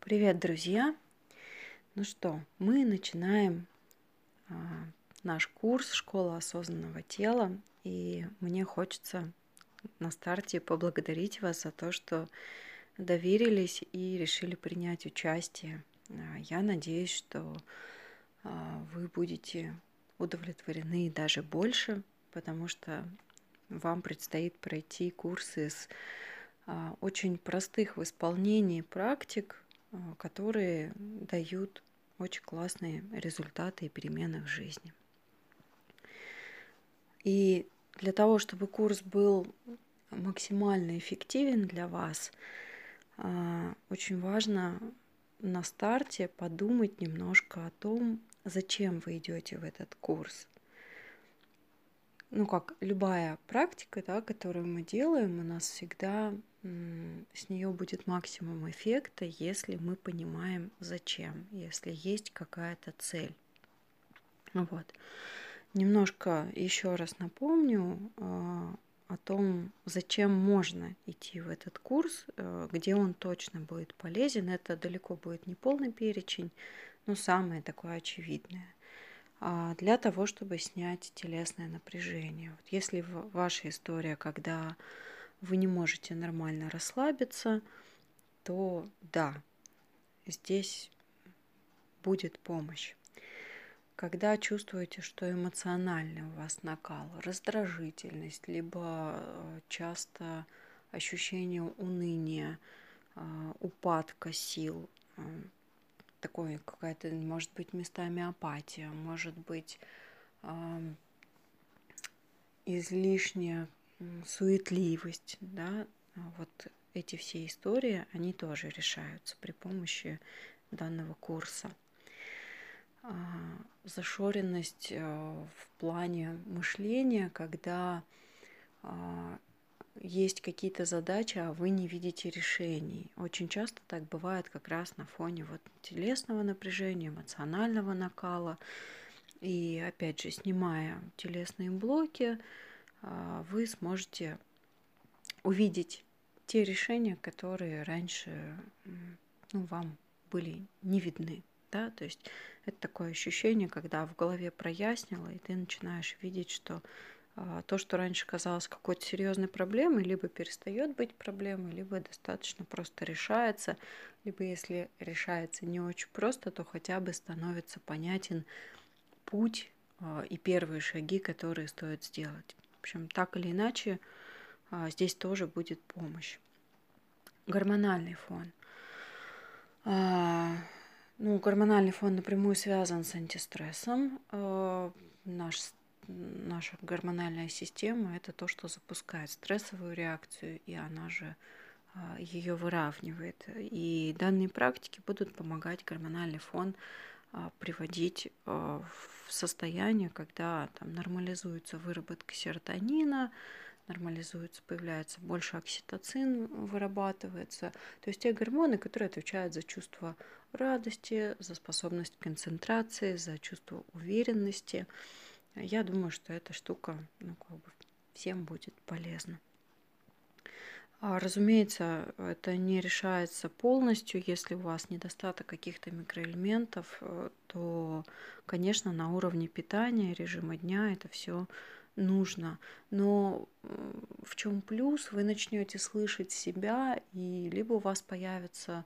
Привет, друзья! Ну что, мы начинаем а, наш курс «Школа осознанного тела», и мне хочется на старте поблагодарить вас за то, что доверились и решили принять участие. Я надеюсь, что вы будете удовлетворены даже больше, потому что вам предстоит пройти курсы с очень простых в исполнении практик, которые дают очень классные результаты и перемены в жизни. И для того, чтобы курс был максимально эффективен для вас, очень важно на старте подумать немножко о том, зачем вы идете в этот курс. Ну, как любая практика, да, которую мы делаем, у нас всегда с нее будет максимум эффекта, если мы понимаем, зачем, если есть какая-то цель. Вот. Немножко еще раз напомню о том, зачем можно идти в этот курс, где он точно будет полезен. Это далеко будет не полный перечень, но самое такое очевидное. Для того, чтобы снять телесное напряжение. Вот если ваша история, когда вы не можете нормально расслабиться, то да, здесь будет помощь. Когда чувствуете, что эмоциональный у вас накал, раздражительность, либо часто ощущение уныния, упадка сил, такой какая-то, может быть, местами апатия, может быть, излишняя суетливость, да, вот эти все истории, они тоже решаются при помощи данного курса. Зашоренность в плане мышления, когда есть какие-то задачи, а вы не видите решений. Очень часто так бывает как раз на фоне вот телесного напряжения, эмоционального накала. И опять же, снимая телесные блоки, вы сможете увидеть те решения, которые раньше вам были не видны. Да? То есть это такое ощущение, когда в голове прояснило, и ты начинаешь видеть, что то, что раньше казалось какой-то серьезной проблемой, либо перестает быть проблемой, либо достаточно просто решается, либо если решается не очень просто, то хотя бы становится понятен путь и первые шаги, которые стоит сделать. В общем, так или иначе, здесь тоже будет помощь. Гормональный фон. Гормональный фон напрямую связан с антистрессом. Наша гормональная система – это то, что запускает стрессовую реакцию, и она же ее выравнивает. И данные практики будут помогать гормональный фон приводить в состояние, когда там нормализуется выработка серотонина, нормализуется, появляется больше окситоцин, вырабатывается. То есть те гормоны, которые отвечают за чувство радости, за способность к концентрации, за чувство уверенности. Я думаю, что эта штука всем будет полезна. Разумеется, это не решается полностью. Если у вас недостаток каких-то микроэлементов, то, конечно, на уровне питания, режима дня это все нужно. Но в чем плюс? Вы начнете слышать себя, и либо у вас появится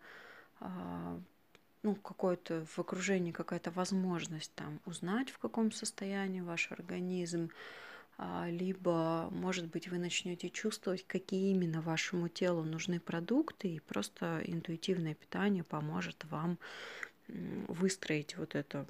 какое-то в окружении какая-то возможность там узнать, в каком состоянии ваш организм, либо, может быть, вы начнете чувствовать, какие именно вашему телу нужны продукты, и просто интуитивное питание поможет вам выстроить вот это,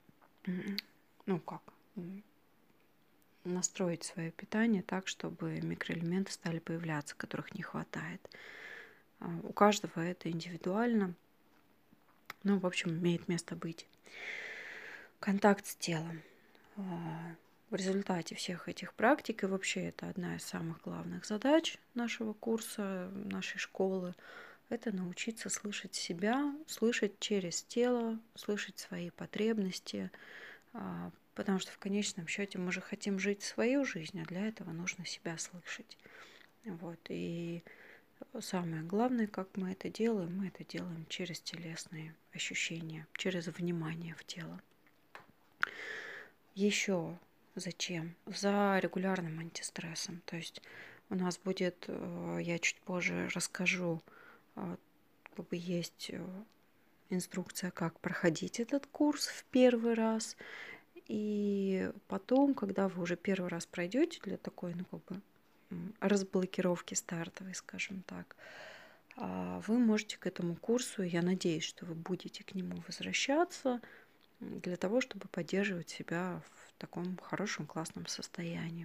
настроить свое питание так, чтобы микроэлементы стали появляться, которых не хватает. У каждого это индивидуально, в общем, имеет место быть. Контакт с телом. В результате всех этих практик, и вообще это одна из самых главных задач нашего курса, нашей школы, это научиться слышать себя, слышать через тело, слышать свои потребности, потому что в конечном счете мы же хотим жить свою жизнь, а для этого нужно себя слышать. Вот. И самое главное, как мы это делаем через телесные ощущения, через внимание в тело. Еще зачем? За регулярным антистрессом. То есть у нас будет, я чуть позже расскажу, есть инструкция, как проходить этот курс в первый раз. И потом, когда вы уже первый раз пройдете для такой, разблокировки стартовой, скажем так, вы можете к этому курсу, я надеюсь, что вы будете к нему возвращаться для того, чтобы поддерживать себя в таком хорошем, классном состоянии.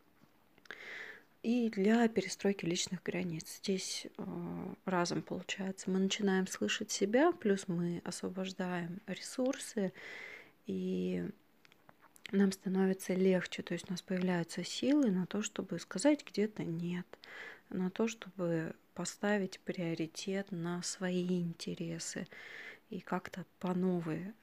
И для перестройки личных границ. Здесь разом получается, мы начинаем слышать себя, плюс мы освобождаем ресурсы, и нам становится легче, то есть у нас появляются силы на то, чтобы сказать где-то нет, на то, чтобы поставить приоритет на свои интересы и как-то по новой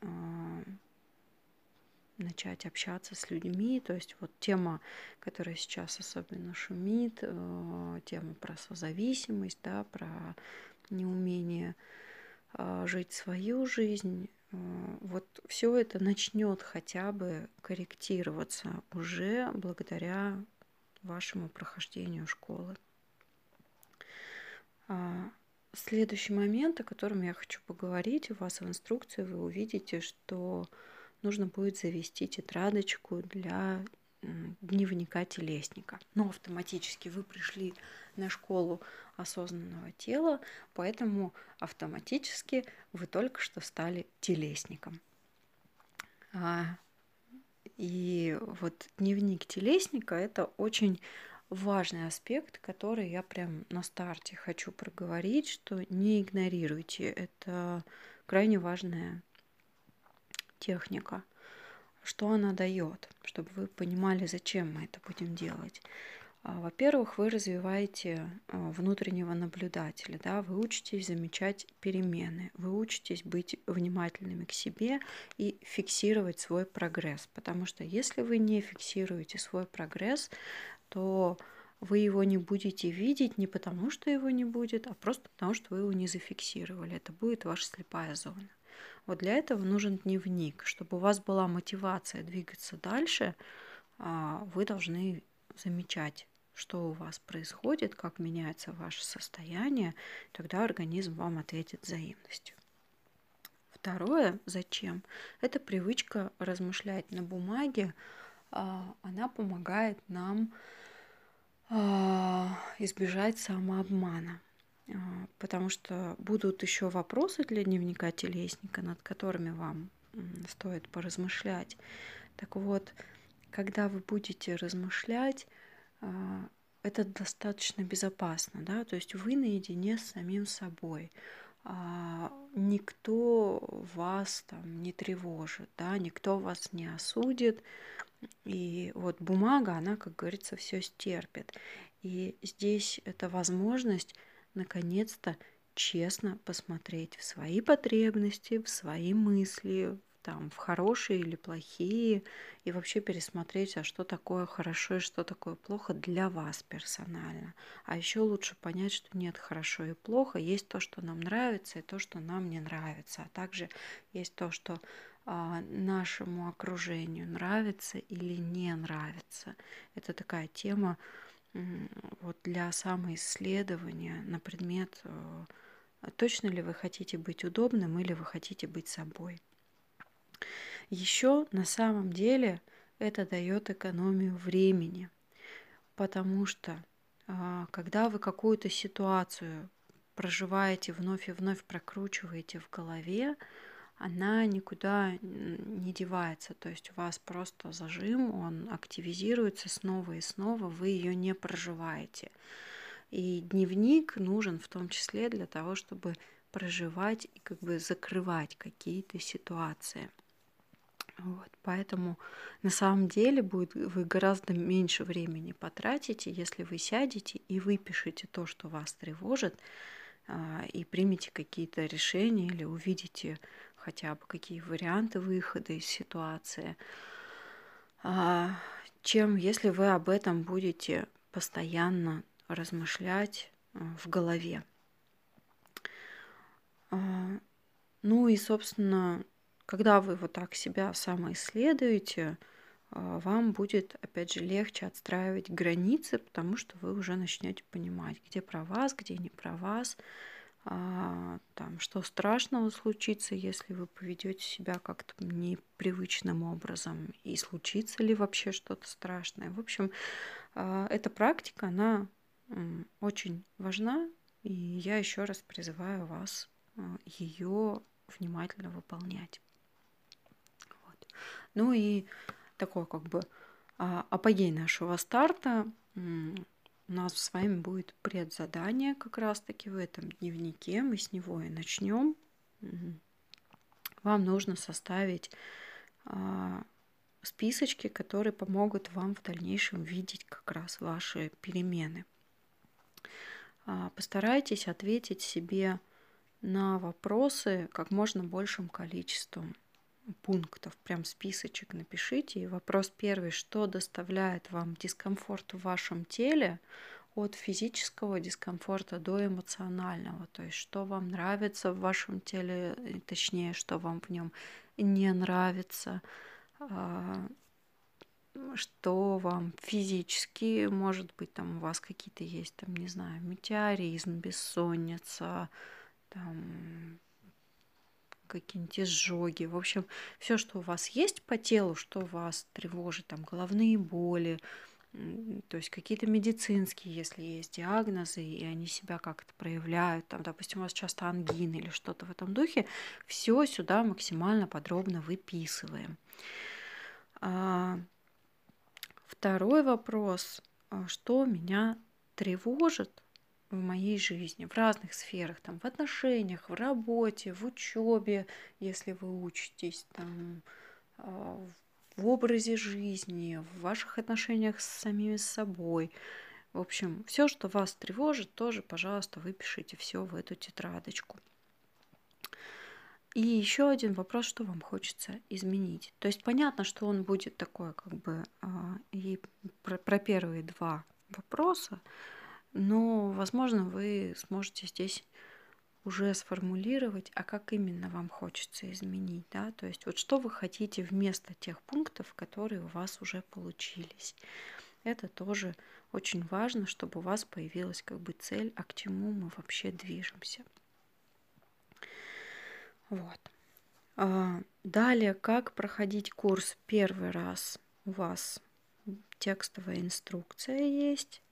начать общаться с людьми. То есть вот тема, которая сейчас особенно шумит, тема про созависимость, да, про неумение жить свою жизнь, вот все это начнет хотя бы корректироваться уже благодаря вашему прохождению школы. Следующий момент, о котором я хочу поговорить, у вас в инструкции вы увидите, что нужно будет завести тетрадочку для дневника телесника. Но автоматически вы пришли на школу осознанного тела, поэтому автоматически вы только что стали телесником. И вот дневник телесника – это очень важный аспект, который я прям на старте хочу проговорить, что не игнорируйте. Это крайне важная техника. Что она дает, чтобы вы понимали, зачем мы это будем делать. Во-первых, вы развиваете внутреннего наблюдателя, да, вы учитесь замечать перемены, вы учитесь быть внимательными к себе и фиксировать свой прогресс. Потому что если вы не фиксируете свой прогресс, то вы его не будете видеть не потому, что его не будет, а просто потому, что вы его не зафиксировали. Это будет ваша слепая зона. Вот для этого нужен дневник. Чтобы у вас была мотивация двигаться дальше, вы должны замечать, что у вас происходит, как меняется ваше состояние, тогда организм вам ответит взаимностью. Второе, зачем? Это привычка размышлять на бумаге. Она помогает нам избежать самообмана. Потому что будут еще вопросы для дневника телесника, над которыми вам стоит поразмышлять. Так вот, когда вы будете размышлять, это достаточно безопасно, да, то есть вы наедине с самим собой. Никто вас там не тревожит, да, никто вас не осудит. И вот бумага, она, как говорится, все стерпит. И здесь это возможность наконец-то честно посмотреть в свои потребности, в свои мысли, там, в хорошие или плохие, и вообще пересмотреть, а что такое хорошо и что такое плохо для вас персонально. А еще лучше понять, что нет хорошо и плохо, есть то, что нам нравится, и то, что нам не нравится, а также есть то, что нашему окружению нравится или не нравится. Это такая тема вот для самоисследования на предмет, точно ли вы хотите быть удобным или вы хотите быть собой. Еще на самом деле это дает экономию времени, потому что когда вы какую-то ситуацию проживаете вновь и вновь, прокручиваете в голове, она никуда не девается. То есть у вас просто зажим, он активизируется снова и снова, вы ее не проживаете. И дневник нужен в том числе для того, чтобы проживать и как бы закрывать какие-то ситуации. Вот, поэтому на самом деле вы гораздо меньше времени потратите, если вы сядете и выпишете то, что вас тревожит, и примете какие-то решения или увидите хотя бы какие варианты выхода из ситуации, чем если вы об этом будете постоянно размышлять в голове. Ну и, собственно, когда вы вот так себя самоисследуете, вам будет, опять же, легче отстраивать границы, потому что вы уже начнете понимать, где про вас, где не про вас, там, что страшного случится, если вы поведете себя как-то непривычным образом, и случится ли вообще что-то страшное. В общем, эта практика, она очень важна, и я еще раз призываю вас ее внимательно выполнять. Вот. Ну и такой как бы апогей нашего старта. У нас с вами будет предзадание как раз-таки в этом дневнике. Мы с него и начнем. Вам нужно составить списочки, которые помогут вам в дальнейшем видеть как раз ваши перемены. Постарайтесь ответить себе на вопросы как можно большим количеством пунктов. Прям списочек напишите. И вопрос первый: что доставляет вам дискомфорт в вашем теле, от физического дискомфорта до эмоционального? То есть что вам нравится в вашем теле, точнее, что вам в нем не нравится, что вам физически, может быть, там у вас какие-то есть, там, не знаю, метеоризм, бессонница, там какие-нибудь изжоги. В общем, все, что у вас есть по телу, что вас тревожит, там головные боли, то есть какие-то медицинские, если есть диагнозы, и они себя как-то проявляют, там, допустим, у вас часто ангина или что-то в этом духе, все сюда максимально подробно выписываем. Второй вопрос: что меня тревожит в моей жизни, в разных сферах, там, в отношениях, в работе, в учебе, если вы учитесь, там, в образе жизни, в ваших отношениях с самими собой. В общем, все, что вас тревожит, тоже, пожалуйста, выпишите все в эту тетрадочку. И еще один вопрос: что вам хочется изменить. То есть понятно, что он будет такой, как бы, и про первые два вопроса, но, возможно, вы сможете здесь уже сформулировать, а как именно вам хочется изменить, да, то есть вот что вы хотите вместо тех пунктов, которые у вас уже получились. Это тоже очень важно, чтобы у вас появилась как бы цель, а к чему мы вообще движемся. Вот. Далее, как проходить курс первый раз. У вас текстовая инструкция есть.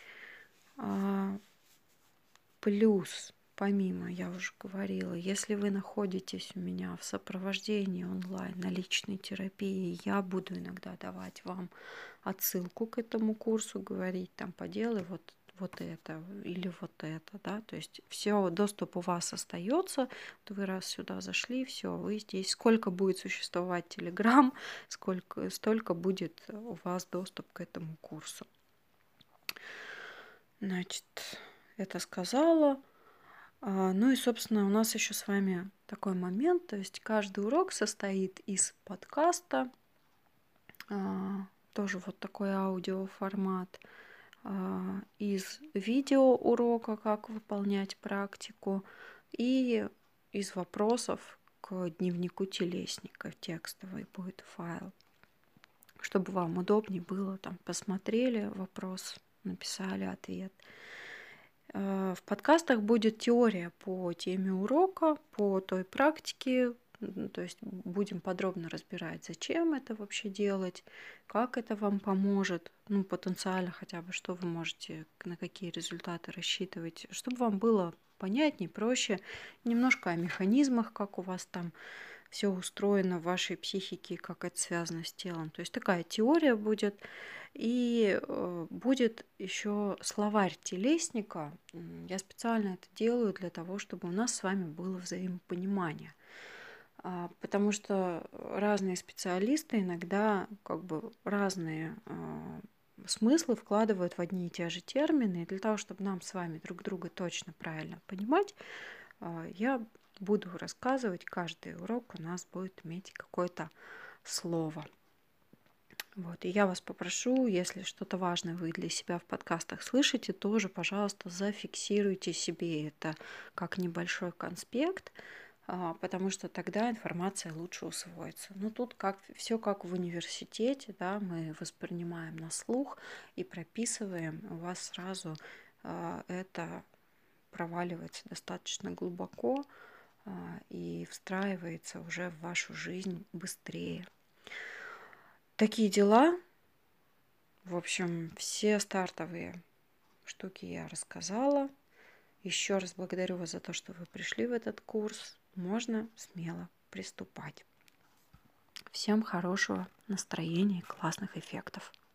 Плюс, помимо, я уже говорила, если вы находитесь у меня в сопровождении онлайн на личной терапии, я буду иногда давать вам отсылку к этому курсу, говорить там: поделай вот это или вот это, да, то есть все, доступ у вас остается, вот вы раз сюда зашли, все, вы здесь, сколько будет существовать Telegram, столько будет у вас доступ к этому курсу. Значит, это сказала. Ну и, собственно, у нас еще с вами такой момент, то есть каждый урок состоит из подкаста, тоже вот такой аудиоформат, из видеоурока, как выполнять практику, и из вопросов к дневнику телесника, текстовый будет файл, чтобы вам удобнее было, там, посмотрели вопрос, написали ответ. В подкастах будет теория по теме урока, по той практике, то есть будем подробно разбирать, зачем это вообще делать, как это вам поможет, ну, потенциально хотя бы, что вы можете, на какие результаты рассчитывать, чтобы вам было понятнее, проще, немножко о механизмах, как у вас там все устроено в вашей психике, как это связано с телом. То есть такая теория будет. И будет еще словарь телесника. Я специально это делаю для того, чтобы у нас с вами было взаимопонимание. Потому что разные специалисты иногда как бы разные смыслы вкладывают в одни и те же термины. И для того, чтобы нам с вами друг друга точно правильно понимать, я буду рассказывать, каждый урок у нас будет иметь какое-то слово. Вот. И я вас попрошу, если что-то важное вы для себя в подкастах слышите, тоже, пожалуйста, зафиксируйте себе это как небольшой конспект, потому что тогда информация лучше усвоится. Ну, тут как все как в университете, да, мы воспринимаем на слух и прописываем, у вас сразу это проваливается достаточно глубоко и встраивается уже в вашу жизнь быстрее. Такие дела. В общем, все стартовые штуки я рассказала. Еще раз благодарю вас за то, что вы пришли в этот курс. Можно смело приступать. Всем хорошего настроения и классных эффектов.